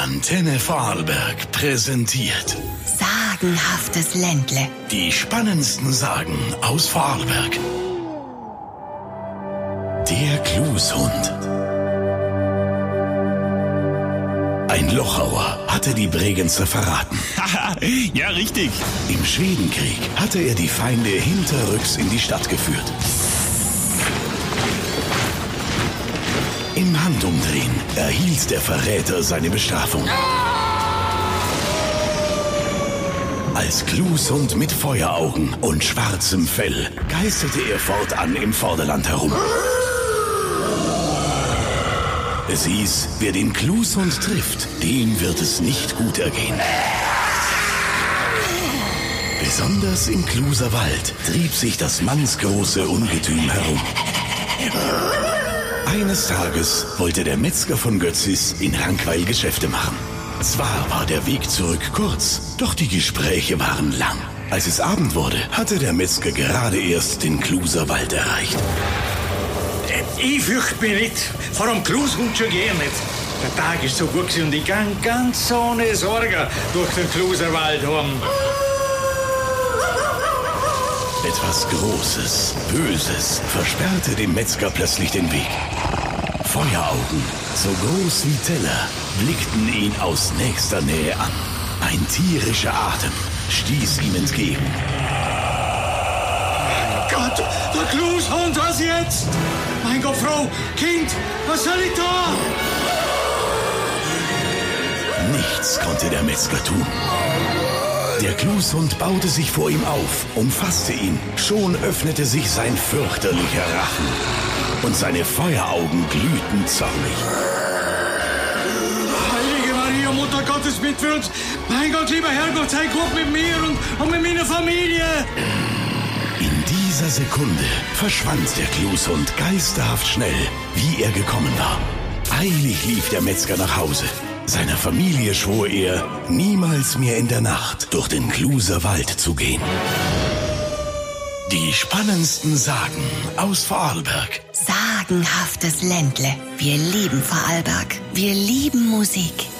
Antenne Vorarlberg präsentiert Sagenhaftes Ländle. die spannendsten Sagen aus Vorarlberg. Der Klushund. Ein Lochauer hatte die Bregenzer verraten. Ja, richtig. Im Schwedenkrieg hatte er die Feinde hinterrücks in die Stadt geführt. Im Handumdrehen erhielt der Verräter seine Bestrafung. Als Klushund mit Feueraugen und schwarzem Fell geisterte er fortan im Vorderland herum. Es hieß, wer den Klushund trifft, dem wird es nicht gut ergehen. Besonders im Kluser Wald trieb sich das mannsgroße Ungetüm herum. Eines Tages wollte der Metzger von Götzis in Rankweil Geschäfte machen. Zwar war der Weg zurück kurz, doch die Gespräche waren lang. Als es Abend wurde, hatte der Metzger gerade erst den Kluser Wald erreicht. Ich fürchte mich nicht. Vor dem Klushund schon gar nicht. Der Tag ist so gut gewesen und ich kann ganz ohne Sorge durch den Kluserwald heim. Etwas Großes, Böses versperrte dem Metzger plötzlich den Weg. Feueraugen, so groß wie Teller, blickten ihn aus nächster Nähe an. Ein tierischer Atem stieß ihm entgegen. Gott, der Klushund, was jetzt? Mein Gott, Frau, Kind, was soll ich da? Nichts konnte der Metzger tun. Der Klushund baute sich vor ihm auf, umfasste ihn. Schon öffnete sich sein fürchterlicher Rachen. Und seine Feueraugen glühten zornig. Heilige Maria, Mutter Gottes, mit für uns. Mein Gott, lieber Herrgott, sei gut mit mir und mit meiner Familie. In dieser Sekunde verschwand der Klushund geisterhaft schnell, wie er gekommen war. Eilig lief der Metzger nach Hause. Seiner Familie schwor er, niemals mehr in der Nacht durch den Kluser Wald zu gehen. Die spannendsten Sagen aus Vorarlberg. Sagenhaftes Ländle. Wir lieben Vorarlberg. Wir lieben Musik.